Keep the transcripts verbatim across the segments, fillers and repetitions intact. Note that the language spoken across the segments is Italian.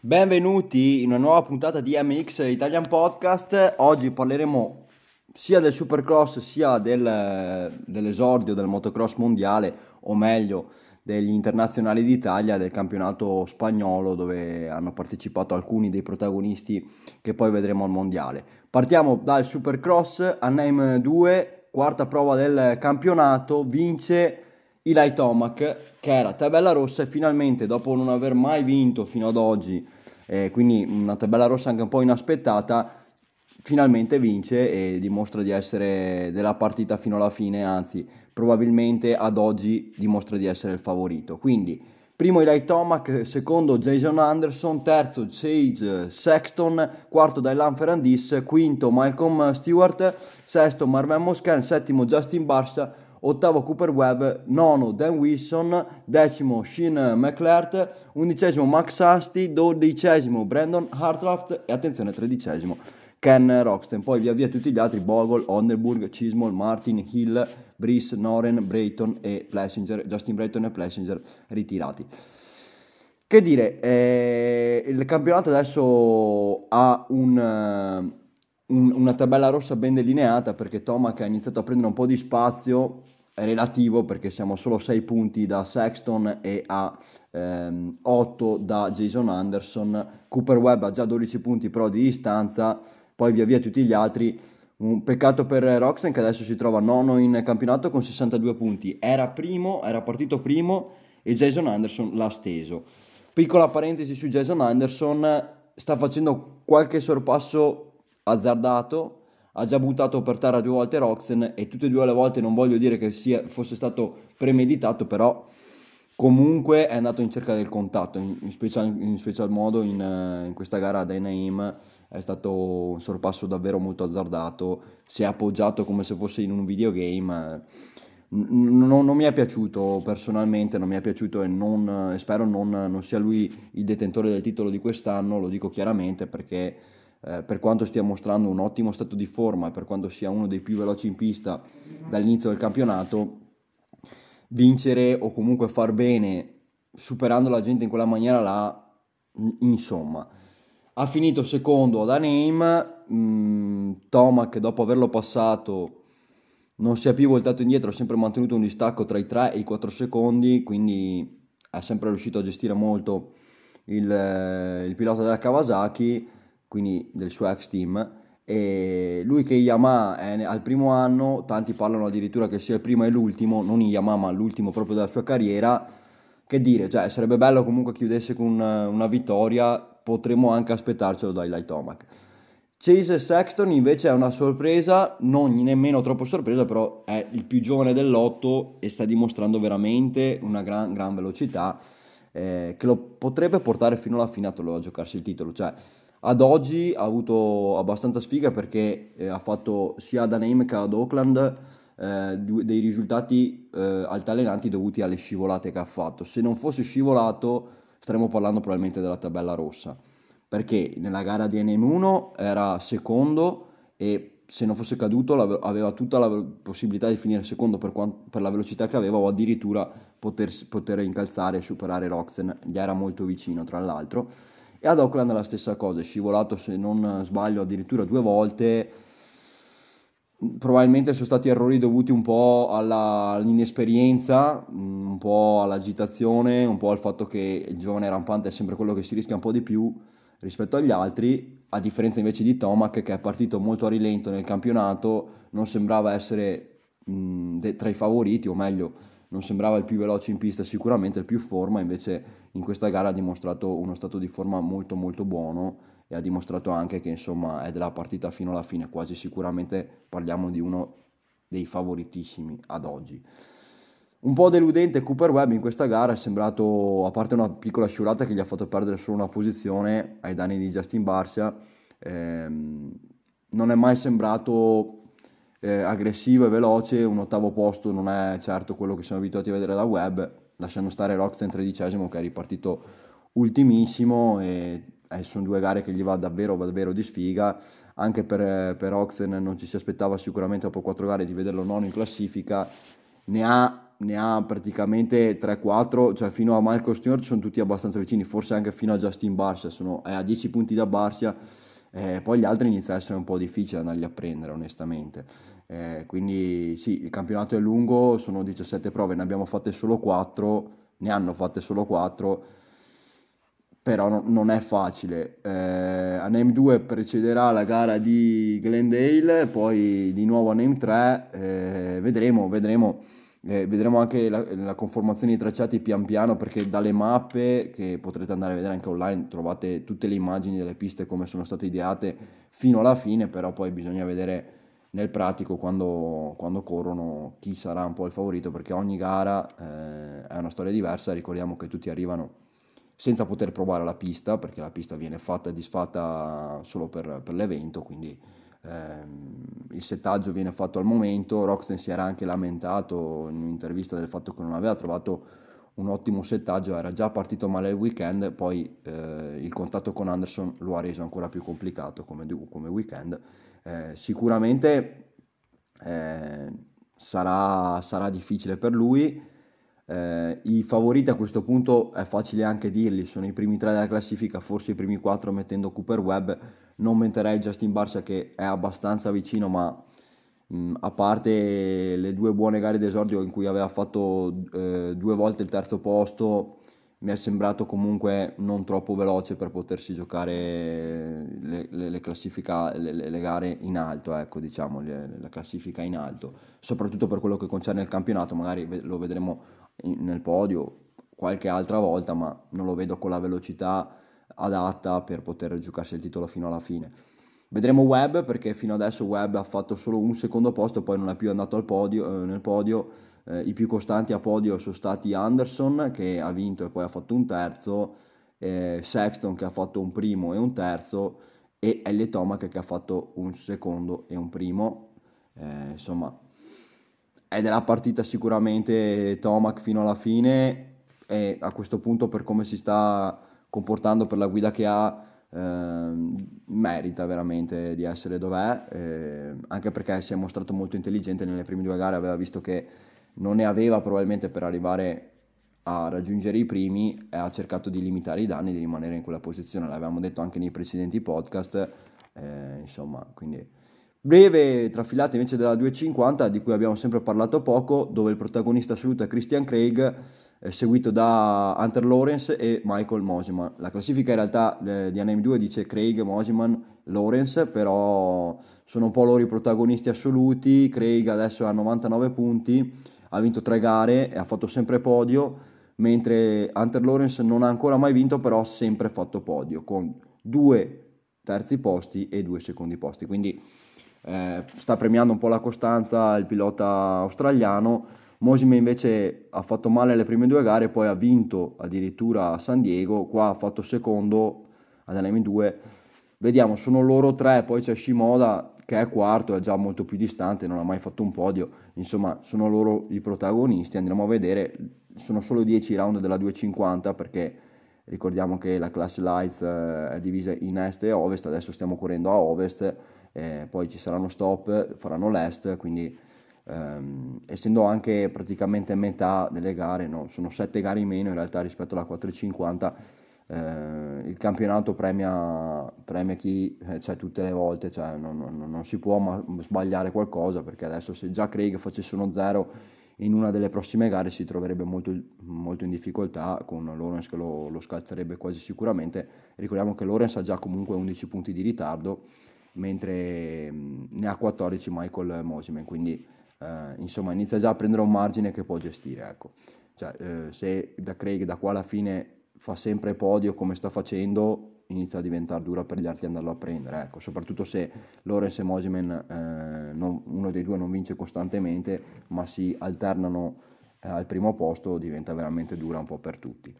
Benvenuti in una nuova puntata di M X Italian Podcast. Oggi parleremo sia del Supercross sia del, dell'esordio del motocross mondiale, o meglio degli internazionali d'Italia, del campionato spagnolo dove hanno partecipato alcuni dei protagonisti che poi vedremo al mondiale. Partiamo dal Supercross, Anaheim due, quarta prova del campionato, vince Eli Tomac, che era tabella rossa e finalmente, dopo non aver mai vinto fino ad oggi, eh, quindi una tabella rossa anche un po' inaspettata, finalmente vince e dimostra di essere della partita fino alla fine, anzi probabilmente ad oggi dimostra di essere il favorito. Quindi primo Eli Tomac, secondo Jason Anderson, terzo Chase Sexton, quarto Dylan Ferrandis, quinto Malcolm Stewart, sesto Marvin Musquin, settimo Justin Barcia, ottavo Cooper Webb, nono Dan Wilson, decimo Shane McClart, undicesimo Max Asti, dodicesimo Brandon Hartlaft e attenzione tredicesimo Ken Roxton. Poi via via tutti gli altri: Bogle, Onderburg, Chismol, Martin, Hill, Brice, Noren, Brayton e Plessinger, Justin Brayton e Plessinger ritirati. Che dire, eh, il campionato adesso ha un, un, una tabella rossa ben delineata, perché Tomac ha iniziato a prendere un po' di spazio relativo, perché siamo solo sei punti da Sexton e a ehm, otto da Jason Anderson. Cooper Webb ha già dodici punti però di distanza, poi via via tutti gli altri. Un peccato per Roxen, che adesso si trova nono in campionato con sessantadue punti, era primo, era partito primo e Jason Anderson l'ha steso. Piccola parentesi su Jason Anderson: sta facendo qualche sorpasso azzardato, ha già buttato per terra due volte Roxen e tutte e due le volte non voglio dire che sia, fosse stato premeditato, però comunque è andato in cerca del contatto, in, in, special, in special modo in, in questa gara ad Anaheim. È stato un sorpasso davvero molto azzardato, si è appoggiato come se fosse in un videogame. Non, non mi è piaciuto personalmente, non mi è piaciuto e non, e spero non, non sia lui il detentore del titolo di quest'anno, lo dico chiaramente, perché eh, per quanto stia mostrando un ottimo stato di forma e per quanto sia uno dei più veloci in pista dall'inizio del campionato, vincere o comunque far bene superando la gente in quella maniera là, insomma. Ha finito secondo ad Anaheim. mh, Tomac, dopo averlo passato, non si è più voltato indietro, ha sempre mantenuto un distacco tra i tre e i quattro secondi, quindi è sempre riuscito a gestire molto il, eh, il pilota della Kawasaki, quindi del suo ex team. E lui, che Yamaha è al primo anno, tanti parlano addirittura che sia il primo e l'ultimo, non in Yamaha ma l'ultimo proprio della sua carriera. Che dire, cioè sarebbe bello comunque chiudesse con una, una vittoria, potremmo anche aspettarcelo da Eli Tomac. Chase Sexton invece è una sorpresa, non nemmeno troppo sorpresa, però è il più giovane dell'otto e sta dimostrando veramente una gran, gran velocità, eh, che lo potrebbe portare fino alla fine a, a giocarsi il titolo. Cioè, ad oggi ha avuto abbastanza sfiga, perché eh, ha fatto sia ad Anaheim che ad Oakland eh, dei risultati eh, altalenanti dovuti alle scivolate che ha fatto. Se non fosse scivolato staremmo parlando probabilmente della tabella rossa, perché nella gara di N M uno era secondo e se non fosse caduto aveva tutta la possibilità di finire secondo per, quant- per la velocità che aveva, o addirittura poter, poter incalzare e superare Roxen, gli era molto vicino tra l'altro. E ad Auckland la stessa cosa, è scivolato, se non sbaglio, addirittura due volte. Probabilmente sono stati errori dovuti un po' alla, all'inesperienza, un po' all'agitazione, un po' al fatto che il giovane rampante è sempre quello che si rischia un po' di più rispetto agli altri, a differenza invece di Tomac, che è partito molto a rilento nel campionato, non sembrava essere mh, de- tra i favoriti, o meglio, non sembrava il più veloce in pista, sicuramente il più forma, invece in questa gara ha dimostrato uno stato di forma molto molto buono e ha dimostrato anche che insomma è della partita fino alla fine, quasi sicuramente parliamo di uno dei favoritissimi ad oggi. Un po' deludente Cooper Webb in questa gara, è sembrato, a parte una piccola scivolata che gli ha fatto perdere solo una posizione ai danni di Justin Barcia, ehm, non è mai sembrato eh, aggressivo e veloce. Un ottavo posto non è certo quello che siamo abituati a vedere da Webb, lasciando stare Roxen tredicesimo, che è ripartito ultimissimo, e eh, sono due gare che gli va davvero davvero di sfiga. Anche per, per Roxen non ci si aspettava sicuramente dopo quattro gare di vederlo nono in classifica, ne ha ne ha praticamente tre quattro, cioè fino a Michael Stewart sono tutti abbastanza vicini, forse anche fino a Justin Barcia, sono, è a dieci punti da Barcia, eh, poi gli altri inizia a essere un po' difficile andarli a prendere onestamente. Eh, quindi sì, il campionato è lungo, sono diciassette prove, ne abbiamo fatte solo quattro, ne hanno fatte solo quattro, però no- non è facile. Eh, a Name due precederà la gara di Glendale, poi di nuovo a Name tre, eh, vedremo, vedremo, eh, vedremo anche la, la conformazione dei tracciati pian piano, perché dalle mappe che potrete andare a vedere anche online trovate tutte le immagini delle piste come sono state ideate fino alla fine, però poi bisogna vedere nel pratico quando, quando corrono chi sarà un po' il favorito, perché ogni gara eh, è una storia diversa. Ricordiamo che tutti arrivano senza poter provare la pista, perché la pista viene fatta e disfatta solo per, per l'evento, quindi ehm, il settaggio viene fatto al momento. Roxen si era anche lamentato in un'intervista del fatto che non aveva trovato un ottimo settaggio, era già partito male il weekend, poi eh, il contatto con Anderson lo ha reso ancora più complicato come, come weekend. Eh, sicuramente eh, sarà, sarà difficile per lui. Eh, i favoriti a questo punto è facile anche dirli, sono i primi tre della classifica, forse i primi quattro mettendo Cooper Webb. Non metterei Justin Barcia che è abbastanza vicino, ma mh, a parte le due buone gare d'esordio in cui aveva fatto eh, due volte il terzo posto, mi è sembrato comunque non troppo veloce per potersi giocare le, le- le classifica, le, le- le gare in alto, ecco, diciamo, le- la classifica in alto, soprattutto per quello che concerne il campionato. Magari ve- lo vedremo in- nel podio qualche altra volta, ma non lo vedo con la velocità adatta per poter giocarsi il titolo fino alla fine. Vedremo Webb, perché fino adesso Webb ha fatto solo un secondo posto, poi non è più andato al podio, eh, nel podio. Eh, I più costanti a podio sono stati Anderson, che ha vinto e poi ha fatto un terzo, eh, Sexton, che ha fatto un primo e un terzo, e Elliott Tomac, che ha fatto un secondo e un primo. Eh, insomma, è della partita sicuramente Tomac fino alla fine, e a questo punto, per come si sta comportando, per la guida che ha, ehm, merita veramente di essere dov'è, eh, anche perché si è mostrato molto intelligente nelle prime due gare, aveva visto che non ne aveva probabilmente per arrivare a raggiungere i primi e ha cercato di limitare i danni, di rimanere in quella posizione. L'avevamo detto anche nei precedenti podcast, eh, insomma, quindi breve trafilata invece della duecentocinquanta, di cui abbiamo sempre parlato poco, dove il protagonista assoluto è Christian Craig, eh, seguito da Hunter Lawrence e Michael Mosiman. La classifica in realtà eh, di Anime due dice Craig, Mosiman, Lawrence, però sono un po' loro i protagonisti assoluti. Craig adesso ha novantanove punti, ha vinto tre gare e ha fatto sempre podio, mentre Hunter Lawrence non ha ancora mai vinto, però ha sempre fatto podio, con due terzi posti e due secondi posti, quindi eh, sta premiando un po' la costanza il pilota australiano. Mosime invece ha fatto male le prime due gare, poi ha vinto addirittura a San Diego, qua ha fatto secondo ad L M due. Vediamo, sono loro tre, poi c'è Shimoda che è quarto, è già molto più distante, non ha mai fatto un podio, insomma sono loro i protagonisti. Andremo a vedere, sono solo dieci round della duecentocinquanta, perché ricordiamo che la classe Lights eh, è divisa in est e ovest, adesso stiamo correndo a ovest, eh, poi ci saranno stop, faranno l'est, quindi ehm, essendo anche praticamente metà delle gare, no? Sono sette gare in meno in realtà rispetto alla quattrocentocinquanta. Eh, il campionato premia, premia chi eh, c'è tutte le volte, cioè non, non- non si può ma- sbagliare qualcosa, perché adesso se già Craig facesse uno zero in una delle prossime gare si troverebbe molto, molto in difficoltà con Lawrence che lo, lo scalzerebbe quasi sicuramente. Ricordiamo che Lawrence ha già comunque undici punti di ritardo, mentre mh, ne ha quattordici Michael Mosiman, quindi eh, insomma inizia già a prendere un margine che può gestire, ecco. Cioè, eh, se da Craig da qua alla fine fa sempre podio come sta facendo, inizia a diventare dura per gli altri andarlo a prendere, ecco, soprattutto se Lawrence e Mosiman, eh, non- uno dei due non vince costantemente, ma si alternano eh, al primo posto, diventa veramente dura un po' per tutti.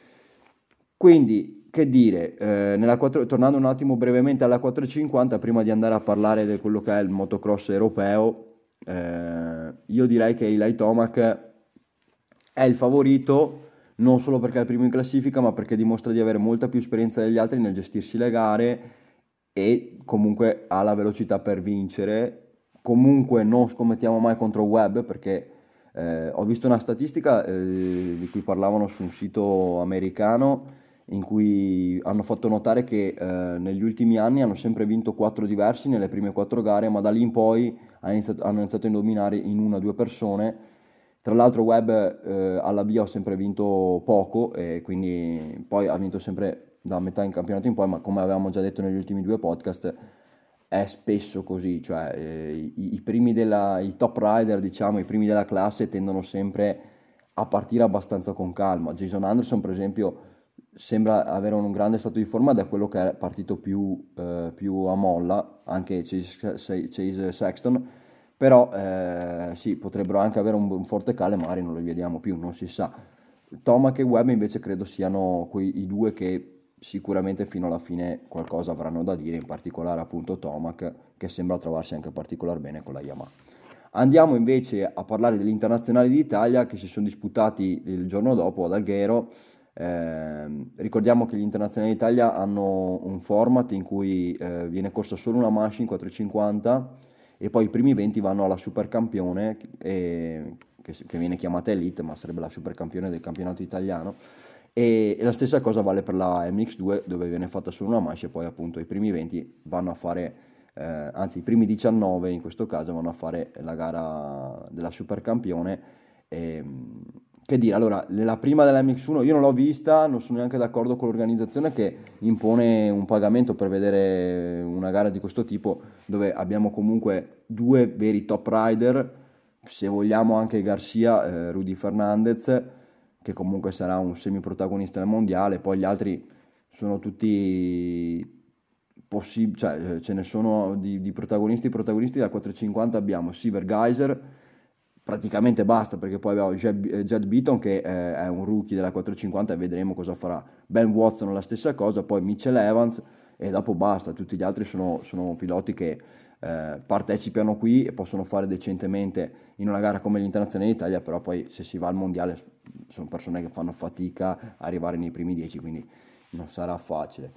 Quindi, che dire, eh, nella quattro tornando un attimo brevemente alla quattrocentocinquanta, prima di andare a parlare di quello che è il motocross europeo, eh, io direi che Eli Tomac è il favorito, non solo perché è il primo in classifica, ma perché dimostra di avere molta più esperienza degli altri nel gestirsi le gare e comunque ha la velocità per vincere. Comunque non scommettiamo mai contro Webb, perché Eh, ho visto una statistica eh, di cui parlavano su un sito americano in cui hanno fatto notare che eh, negli ultimi anni hanno sempre vinto quattro diversi nelle prime quattro gare, ma da lì in poi hanno iniziato, hanno iniziato a indominare in una o due persone. Tra l'altro Webb eh, all'avvio ha sempre vinto poco e quindi poi ha vinto sempre da metà in campionato in poi, ma come avevamo già detto negli ultimi due podcast è spesso così, cioè eh, i, i primi della, i top rider, diciamo, i primi della classe tendono sempre a partire abbastanza con calma. Jason Anderson, per esempio, sembra avere un grande stato di forma ed è quello che è partito più, eh, più a molla, anche Chase, Chase Sexton, però eh, sì, potrebbero anche avere un, un forte cale, magari non li vediamo più, non si sa. Tomac e Webb invece credo siano quei, i due che sicuramente fino alla fine qualcosa avranno da dire, in particolare appunto Tomac, che sembra trovarsi anche particolar bene con la Yamaha. Andiamo invece a parlare degli internazionali d'Italia che si sono disputati il giorno dopo ad Alghero. Eh, ricordiamo che gli internazionali d'Italia hanno un format in cui eh, viene corsa solo una manche in quattrocentocinquanta e poi i primi venti vanno alla Supercampione, e, che, che viene chiamata Elite, ma sarebbe la Supercampione del campionato italiano. E, e la stessa cosa vale per la M X due, dove viene fatta solo una manche e poi appunto i primi venti vanno a fare, eh, anzi i primi diciannove in questo caso vanno a fare la gara della Supercampione. E, che dire, allora, la prima della M X uno io non l'ho vista, non sono neanche d'accordo con l'organizzazione che impone un pagamento per vedere una gara di questo tipo, dove abbiamo comunque due veri top rider, se vogliamo anche Garcia, eh, Rudy Fernandez, che comunque sarà un semi-protagonista del mondiale, poi gli altri sono tutti possibili, cioè ce ne sono di, di protagonisti, protagonisti da quattrocentocinquanta abbiamo Siver Geyser, praticamente basta perché poi abbiamo Jed, Jed Beaton che eh, è un rookie della quattrocentocinquanta e vedremo cosa farà, Ben Watson la stessa cosa, poi Mitchell Evans e dopo basta, tutti gli altri sono, sono piloti che eh, partecipano qui e possono fare decentemente in una gara come l'Internazionale d'Italia, però poi se si va al mondiale sono persone che fanno fatica a arrivare nei primi dieci, quindi non sarà facile.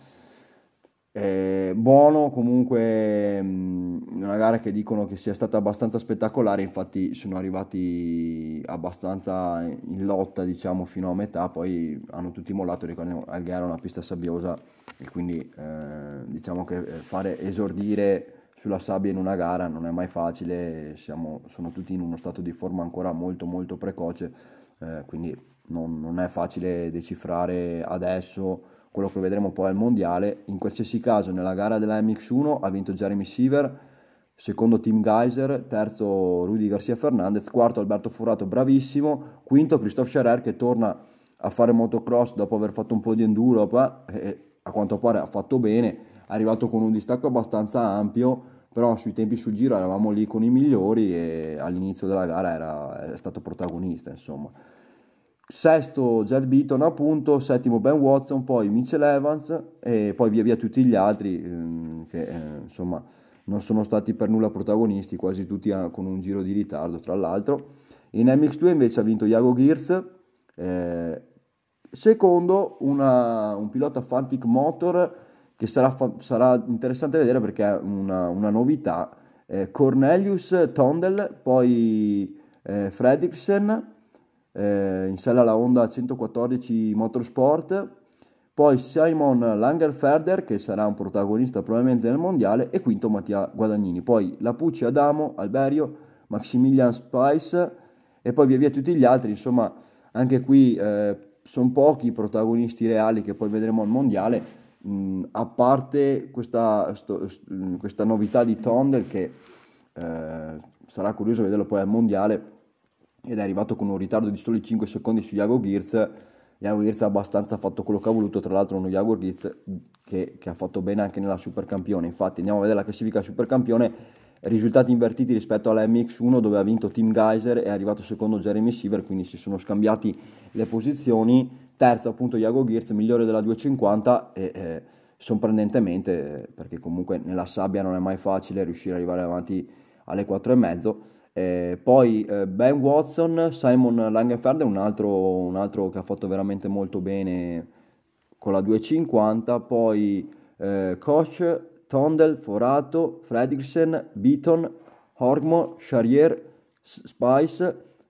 Eh, buono comunque mh, una gara che dicono che sia stata abbastanza spettacolare, infatti sono arrivati abbastanza in lotta diciamo fino a metà, poi hanno tutti mollato, ricordiamo Alghero è una pista sabbiosa e quindi eh, diciamo che fare esordire sulla sabbia in una gara non è mai facile, siamo, sono tutti in uno stato di forma ancora molto molto precoce, eh, quindi non, non è facile decifrare adesso quello che vedremo poi al mondiale. In qualsiasi caso nella gara della M X uno ha vinto Jeremy Seaver, secondo Tim Geyser, terzo Rudy Garcia Fernandez, quarto Alberto Forato bravissimo, quinto Christophe Scherer che torna a fare motocross dopo aver fatto un po' di enduro e a quanto pare ha fatto bene, è arrivato con un distacco abbastanza ampio, però sui tempi sul giro eravamo lì con i migliori e all'inizio della gara era, è stato protagonista insomma. Sesto Jed Beaton appunto, settimo Ben Watson, poi Mitchell Evans e poi via via tutti gli altri ehm, che eh, insomma non sono stati per nulla protagonisti, quasi tutti a- con un giro di ritardo tra l'altro. In M X due invece ha vinto Jago Geertz, eh, secondo una- un pilota Fantic Motor che sarà, fa- sarà interessante vedere perché è una, una novità. Eh, Cornelius Tondel, poi eh, Fredriksen, eh, in sella alla Honda centoquattordici Motorsport, poi Simon Langerferder che sarà un protagonista probabilmente nel mondiale e quinto Mattia Guadagnini, poi Lapucci Adamo, Alberio, Maximilian Spice e poi via via tutti gli altri, insomma anche qui eh, sono pochi i protagonisti reali che poi vedremo al mondiale, mh, a parte questa, sto- st- questa novità di Tondel che eh, sarà curioso vederlo poi al mondiale ed è arrivato con un ritardo di soli cinque secondi su Jago Geertz. Jago Geertz ha abbastanza fatto quello che ha voluto, tra l'altro uno Jago Geertz che, che ha fatto bene anche nella Supercampione. Infatti andiamo a vedere la classifica Supercampione, risultati invertiti rispetto alla M X uno dove ha vinto Tim Geyser e è arrivato secondo Jeremy Seaver, quindi si sono scambiati le posizioni. Terzo appunto Jago Geertz, migliore della duecentocinquanta e eh, sorprendentemente, eh, perché comunque nella sabbia non è mai facile riuscire ad arrivare avanti alle quattro e mezzo. Eh, poi eh, Ben Watson, Simon Langenfelder, un altro, un altro che ha fatto veramente molto bene con la duecentocinquanta, poi eh, Koch, Tondel, Forato, Fredriksen, Beaton, Horgmo, Charrier, S- Spice,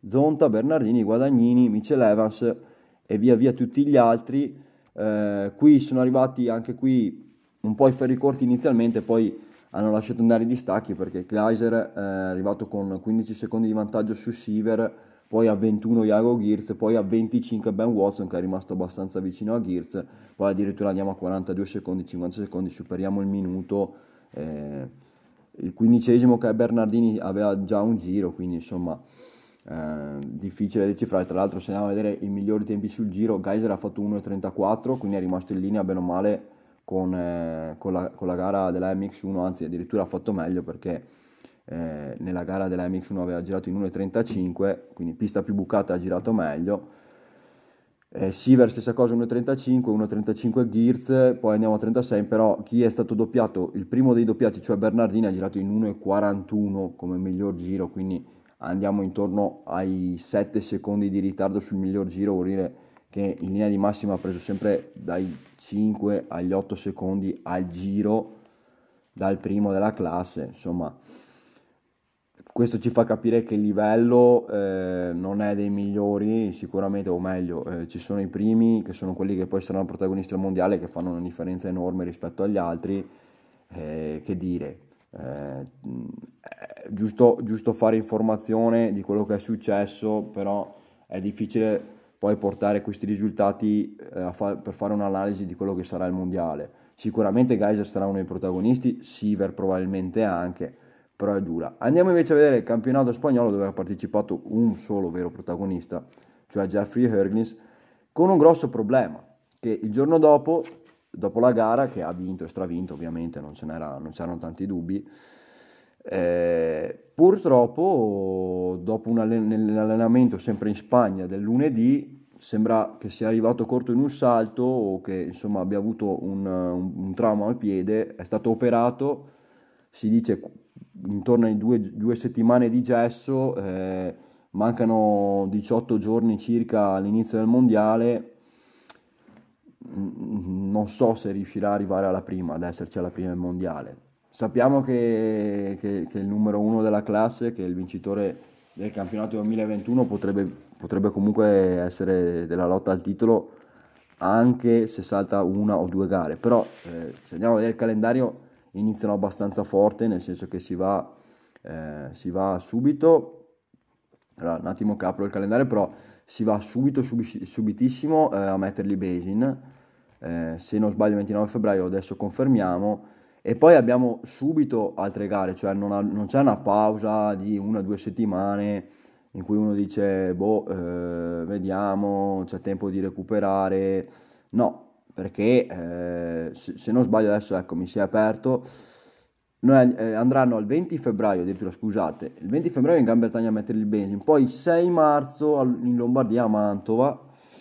Zonta, Bernardini, Guadagnini, Mitchell Evans e via via tutti gli altri. Eh, qui sono arrivati anche qui un po' i ferri corti inizialmente, poi hanno lasciato andare i distacchi perché Kaiser è arrivato con quindici secondi di vantaggio su Siever, poi a ventuno Iago Girz, poi a venticinque Ben Watson che è rimasto abbastanza vicino a Girz, poi addirittura andiamo a quarantadue secondi, cinquanta secondi, superiamo il minuto. Eh, il quindicesimo che è Bernardini aveva già un giro, quindi insomma eh, difficile decifrare. Tra l'altro se andiamo a vedere i migliori tempi sul giro, Geiser ha fatto uno e trentaquattro, quindi è rimasto in linea bene o male con, eh, con, la, con la gara della M X uno, anzi addirittura ha fatto meglio perché eh, nella gara della M X uno aveva girato in uno e trentacinque, quindi pista più bucata ha girato meglio. Eh, Siever stessa cosa, uno e trentacinque, uno e trentacinque Girz, poi andiamo a trentasei, però chi è stato doppiato, il primo dei doppiati, cioè Bernardini, ha girato in uno e quarantuno come miglior giro, quindi andiamo intorno ai sette secondi di ritardo sul miglior giro, vuol dire che in linea di massima ha preso sempre dai cinque agli otto secondi al giro dal primo della classe, insomma questo ci fa capire che il livello eh, non è dei migliori sicuramente, o meglio eh, ci sono i primi che sono quelli che poi saranno protagonisti al mondiale, che fanno una differenza enorme rispetto agli altri. Eh, che dire, eh, è giusto, giusto fare informazione di quello che è successo, però è difficile poi portare questi risultati eh, a fa- per fare un'analisi di quello che sarà il mondiale. Sicuramente Geyser sarà uno dei protagonisti, Siever probabilmente anche, però è dura. Andiamo invece a vedere il campionato spagnolo dove ha partecipato un solo vero protagonista, cioè Jeffrey Herglins, con un grosso problema, che il giorno dopo, dopo la gara, che ha vinto e stravinto ovviamente, non, ce n'era, non c'erano tanti dubbi, eh, purtroppo dopo un allen- allenamento sempre in Spagna del lunedì, sembra che sia arrivato corto in un salto o che insomma abbia avuto un, un, un trauma al piede, è stato operato, si dice intorno ai due, due settimane di gesso, eh, mancano diciotto giorni circa all'inizio del mondiale. Mm, non so se riuscirà ad arrivare alla prima, ad esserci alla prima del mondiale. Sappiamo che, che- che il numero uno della classe, che è il vincitore del campionato duemilaventuno, potrebbe, potrebbe comunque essere della lotta al titolo anche se salta una o due gare. Però eh, se andiamo a vedere il calendario iniziano abbastanza forte, nel senso che si va, eh, si va subito. Allora, un attimo che apro il calendario, però si va subito, subi- subitissimo eh, a metterli Basin, eh, se non sbaglio ventinove febbraio, adesso confermiamo, e poi abbiamo subito altre gare, cioè non, ha- non c'è una pausa di una o due settimane in cui uno dice, boh, eh, vediamo, c'è tempo di recuperare, no, perché eh, se, se non sbaglio adesso, ecco, mi si è aperto. Noi, eh, andranno al venti febbraio, addirittura scusate, il venti febbraio in Gran Bretagna a mettere il benzine, poi il sei marzo al- in Lombardia a Mantova.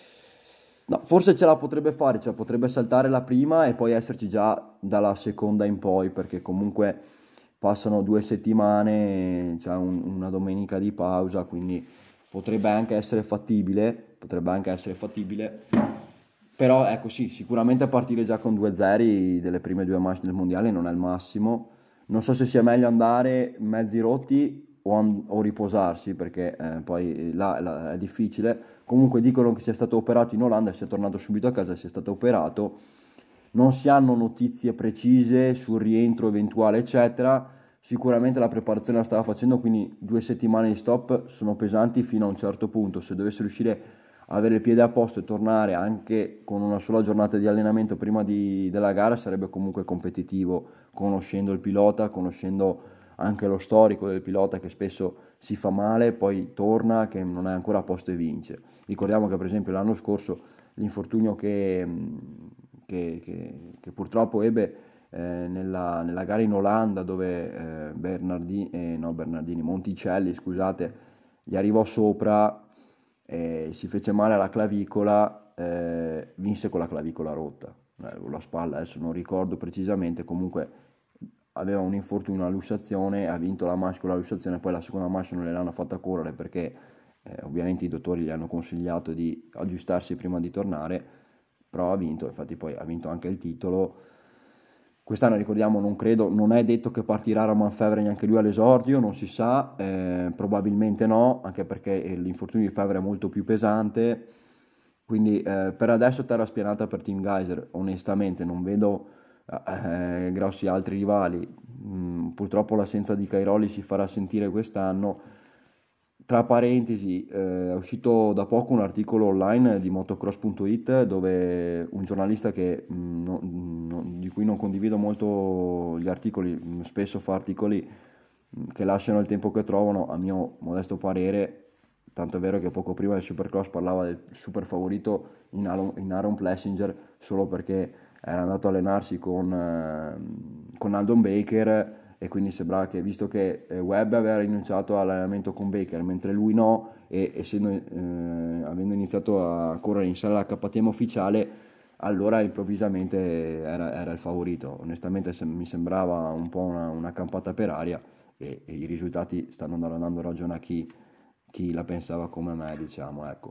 No, forse ce la potrebbe fare, cioè potrebbe saltare la prima e poi esserci già dalla seconda in poi, perché comunque passano due settimane, c'è un- una domenica di pausa, quindi potrebbe anche essere fattibile, potrebbe anche essere fattibile. Però ecco sì, sicuramente partire già con due zeri delle prime due manche del mondiale non è il massimo. Non so se sia meglio andare mezzi rotti o, an- o riposarsi, perché eh, poi là, là è difficile. Comunque dicono che sia stato operato in Olanda, sia tornato subito a casa, sia stato operato. Non si hanno notizie precise sul rientro eventuale, eccetera. Sicuramente la preparazione la stava facendo, quindi due settimane di stop sono pesanti fino a un certo punto. Se dovesse riuscire a avere il piede a posto e tornare anche con una sola giornata di allenamento prima di- della gara, sarebbe comunque competitivo, conoscendo il pilota, conoscendo anche lo storico del pilota che spesso si fa male, poi torna che non è ancora a posto e vince. Ricordiamo che per esempio l'anno scorso l'infortunio che, che- che- che purtroppo ebbe eh, nella, nella gara in Olanda dove eh, Bernardini, eh, no, Bernardini, Monticelli, scusate, gli arrivò sopra, eh, si fece male alla clavicola, eh, vinse con la clavicola rotta, eh, o la spalla, adesso non ricordo precisamente, comunque aveva un infortunio, una lussazione, ha vinto la manche con la lussazione, poi la seconda manche non gliel'hanno fatta correre perché eh, ovviamente i dottori gli hanno consigliato di aggiustarsi prima di tornare, però ha vinto, infatti poi ha vinto anche il titolo. Quest'anno ricordiamo, non credo, non è detto che partirà Romain Fevre neanche lui all'esordio, non si sa, eh, probabilmente no, anche perché eh, l'infortunio di Fevre è molto più pesante, quindi eh, per adesso terra spianata per Team Geyser, onestamente non vedo eh, grossi altri rivali. Mm, purtroppo l'assenza di Cairoli si farà sentire quest'anno. Tra parentesi, eh, è uscito da poco un articolo online di motocross punto it dove un giornalista che, mh, no- no- di cui non condivido molto gli articoli, mh, spesso fa articoli mh, che lasciano il tempo che trovano, a mio modesto parere, tanto è vero che poco prima del Supercross parlava del super favorito in Aaron, in Aaron Plessinger solo perché era andato a allenarsi con, eh, con Aldon Baker e quindi sembrava che, visto che eh, Webb aveva rinunciato all'allenamento con Baker mentre lui no, e essendo, eh, avendo iniziato a correre in sala K T M ufficiale, allora improvvisamente era, era il favorito. Onestamente se- mi sembrava un po' una, una campata per aria e, e i risultati stanno dando dando ragione a chi, chi la pensava come me, diciamo, ecco.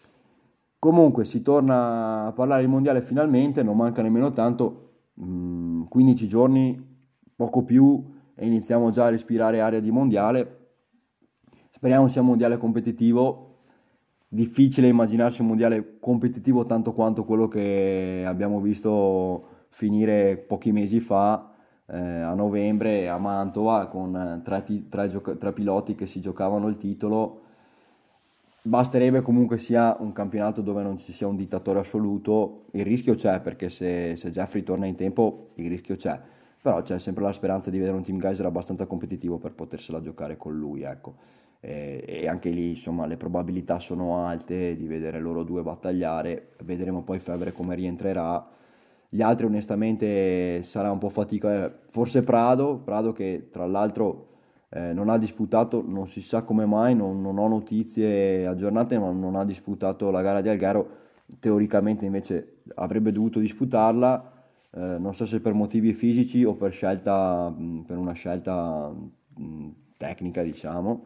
Comunque si torna a parlare di mondiale finalmente, non manca nemmeno tanto, mm, quindici giorni, poco più, e iniziamo già a respirare aria di mondiale. Speriamo sia un mondiale competitivo. Difficile immaginarsi un mondiale competitivo tanto quanto quello che abbiamo visto finire pochi mesi fa, eh, a novembre a Mantova, con eh, tre, ti- tre gioca- tre piloti che si giocavano il titolo. Basterebbe comunque sia un campionato dove non ci sia un dittatore assoluto, il rischio c'è perché se, se Jeffrey torna in tempo il rischio c'è, però c'è sempre la speranza di vedere un team Geyser abbastanza competitivo per potersela giocare con lui, ecco. E, e anche lì insomma le probabilità sono alte di vedere loro due battagliare, vedremo poi Febbre come rientrerà. Gli altri onestamente sarà un po' fatica, eh, forse Prado, Prado che tra l'altro eh, non ha disputato, non si sa come mai, non, non ho notizie aggiornate, ma non ha disputato la gara di Alghero, teoricamente invece avrebbe dovuto disputarla, eh, non so se per motivi fisici o per scelta, mh, per una scelta mh, tecnica, diciamo.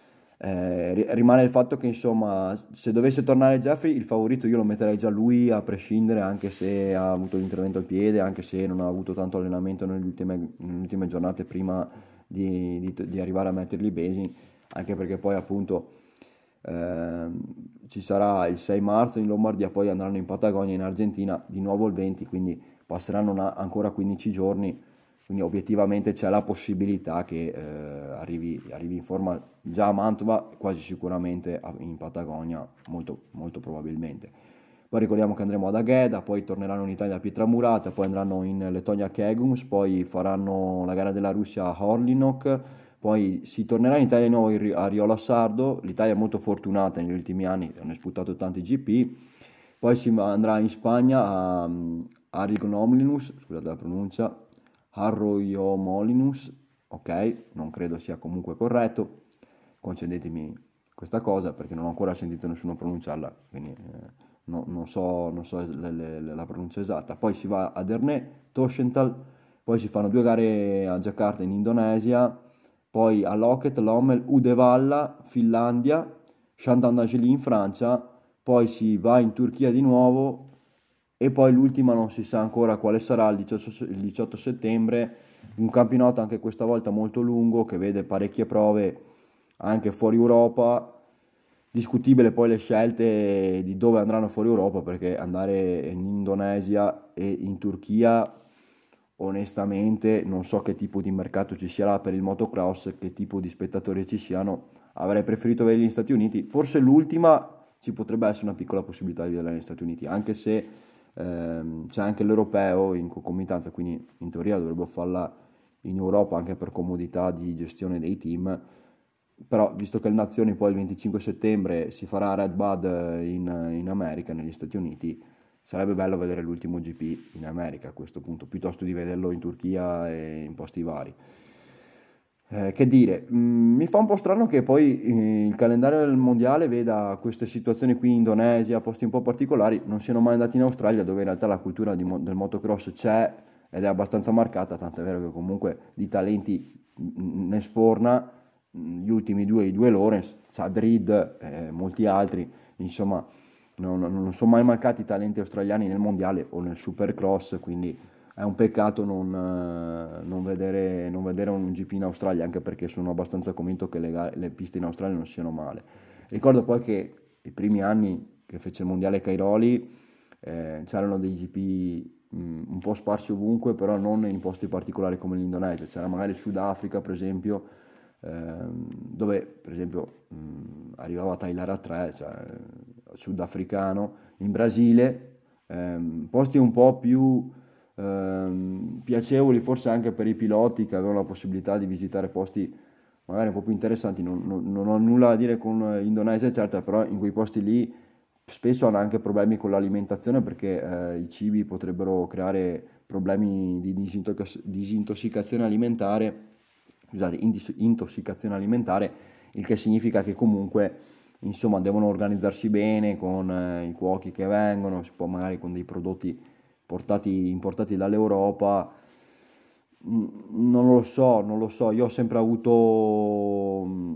Eh, ri- rimane il fatto che insomma, se dovesse tornare Jeffrey, il favorito io lo metterei già lui a prescindere, anche se ha avuto l'intervento al piede, anche se non ha avuto tanto allenamento nelle ultime, nelle ultime giornate prima di, di- di arrivare a metterli basi, anche perché poi appunto ehm, ci sarà il sei marzo in Lombardia, poi andranno in Patagonia in Argentina, di nuovo il venti, quindi passeranno una- ancora quindici giorni, quindi obiettivamente c'è la possibilità che eh, arrivi, arrivi in forma già a Mantova, quasi sicuramente a- in Patagonia, molto, molto probabilmente. Poi ricordiamo che andremo ad Agheda, poi torneranno in Italia a Pietramurat, poi andranno in Lettonia a Kegums, poi faranno la gara della Russia a Horlinok, poi si tornerà in Italia di nuovo in Ri- a Riola Sardo. L'Italia è molto fortunata negli ultimi anni, hanno disputato tanti G P. Poi si andrà in Spagna a Arignomlinus, scusate la pronuncia, Arroyomolinus, ok, non credo sia comunque corretto, concedetemi questa cosa perché non ho ancora sentito nessuno pronunciarla, quindi eh, no- non so, non so le- le- le- la pronuncia esatta. Poi si va ad Ernée, Toshental, poi si fanno due gare a Jakarta in Indonesia, poi a Loket, Lommel, Udevalla, Finlandia, Chandanageli in Francia, poi si va in Turchia di nuovo e poi l'ultima non si sa ancora quale sarà il diciotto, se- il diciotto settembre, un campionato anche questa volta molto lungo che vede parecchie prove anche fuori Europa. Discutibile poi le scelte di dove andranno fuori Europa perché andare in Indonesia e in Turchia, onestamente, non so che tipo di mercato ci sia là per il motocross, che tipo di spettatori ci siano. Avrei preferito vederli negli Stati Uniti. Forse l'ultima ci potrebbe essere una piccola possibilità di vederla negli Stati Uniti, anche se ehm, c'è anche l'europeo in concomitanza, quindi in teoria dovrebbero farla in Europa anche per comodità di gestione dei team. Però, visto che le nazioni poi il venticinque settembre si farà Red Bud in, in America, negli Stati Uniti, sarebbe bello vedere l'ultimo G P in America a questo punto, piuttosto di vederlo in Turchia e in posti vari. Eh, che dire, mm, mi fa un po' strano che poi eh, il calendario del mondiale veda queste situazioni qui in Indonesia, posti un po' particolari, non siano mai andati in Australia, dove in realtà la cultura di mo- del motocross c'è ed è abbastanza marcata, tanto è vero che comunque di talenti mm, ne sforna, mm, gli ultimi due, i due Lawrence, Sadrid e molti altri, insomma non, non sono mai mancati talenti australiani nel mondiale o nel supercross, quindi è un peccato non, eh, non vedere, non vedere un G P in Australia, anche perché sono abbastanza convinto che le, ga- le piste in Australia non siano male. Ricordo poi che i primi anni che fece il mondiale Cairoli, eh, c'erano dei G P mh, un po' sparsi ovunque, però non in posti particolari come l'Indonesia. C'era magari il Sudafrica, per esempio, ehm, dove per esempio mh, arrivava Tyler tre, cioè eh, sudafricano, in Brasile, ehm, posti un po' più ehm, piacevoli forse anche per i piloti che avevano la possibilità di visitare posti magari un po' più interessanti. Non, non- non ho nulla da dire con l'Indonesia, certo, però in quei posti lì spesso hanno anche problemi con l'alimentazione perché eh, i cibi potrebbero creare problemi di disintox- disintossicazione alimentare, scusate, indis- intossicazione alimentare, il che significa che comunque insomma devono organizzarsi bene con eh, i cuochi che vengono, si può magari con dei prodotti portati, importati dall'Europa. Mm, Non lo so, non lo so, io ho sempre avuto mm,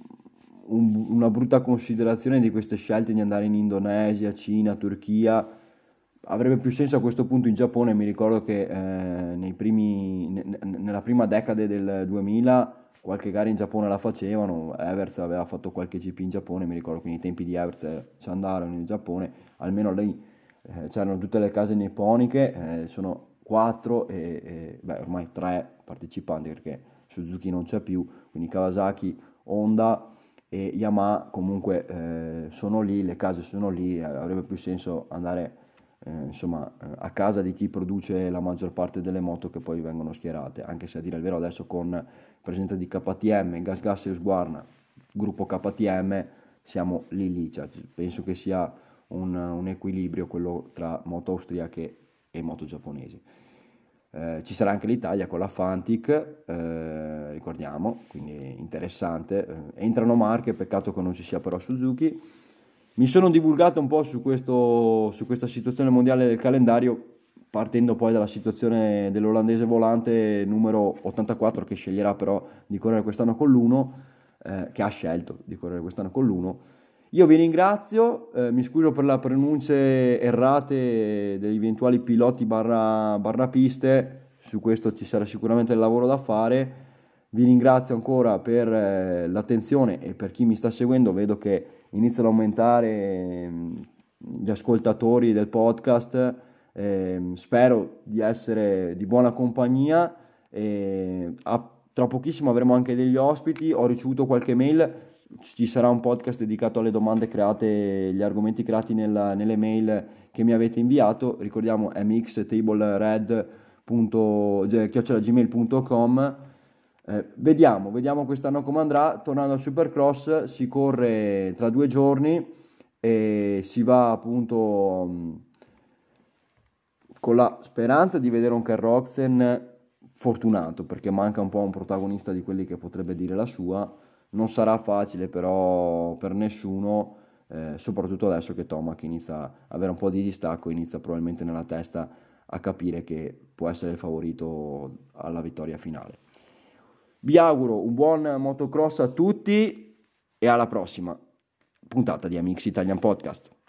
un- una brutta considerazione di queste scelte di andare in Indonesia, Cina, Turchia. Avrebbe più senso a questo punto in Giappone, mi ricordo che eh, nei primi, ne- ne- nella prima decade del duemila qualche gara in Giappone la facevano, Everts aveva fatto qualche G P in Giappone, mi ricordo che nei tempi di Everts eh, ci andarono in Giappone, almeno lì eh, c'erano tutte le case nipponiche, eh, sono quattro e, e, beh, ormai tre partecipanti perché Suzuki non c'è più, quindi Kawasaki, Honda e Yamaha comunque eh, sono lì, le case sono lì, eh, avrebbe più senso andare eh, insomma, eh, a casa di chi produce la maggior parte delle moto che poi vengono schierate, anche se a dire il vero adesso con presenza di K T M, Gas Gas e Husqvarna, gruppo K T M, siamo lì lì, cioè, penso che sia un, un equilibrio quello tra moto austriache e moto giapponesi. Eh, ci sarà anche l'Italia con la Fantic, eh, ricordiamo, quindi interessante. Eh, entrano marche, peccato che non ci sia però Suzuki. Mi sono divulgato un po' su questo, su questa situazione mondiale del calendario, partendo poi dalla situazione dell'olandese volante numero ottantaquattro che sceglierà però di correre quest'anno con l'uno, eh, che ha scelto di correre quest'anno con l'uno. Io vi ringrazio, eh, mi scuso per le pronunce errate degli eventuali piloti barra, barra piste, su questo ci sarà sicuramente del lavoro da fare. Vi ringrazio ancora per eh, l'attenzione e per chi mi sta seguendo, vedo che iniziano ad aumentare ehm, gli ascoltatori del podcast, ehm, spero di essere di buona compagnia. E a- tra pochissimo avremo anche degli ospiti, ho ricevuto qualche mail, ci sarà un podcast dedicato alle domande create, gli argomenti creati nella- nelle mail che mi avete inviato, ricordiamo mxtablered.gmail punto com. Eh, vediamo, vediamo quest'anno come andrà. Tornando al Supercross, si corre tra due giorni e si va appunto mh, con la speranza di vedere un Kerroksen fortunato, perché manca un po' un protagonista di quelli che potrebbe dire la sua. Non sarà facile però per nessuno, eh, soprattutto adesso che Tomac inizia a avere un po' di distacco, inizia probabilmente nella testa a capire che può essere il favorito alla vittoria finale. Vi auguro un buon motocross a tutti e alla prossima puntata di Amix Italian Podcast.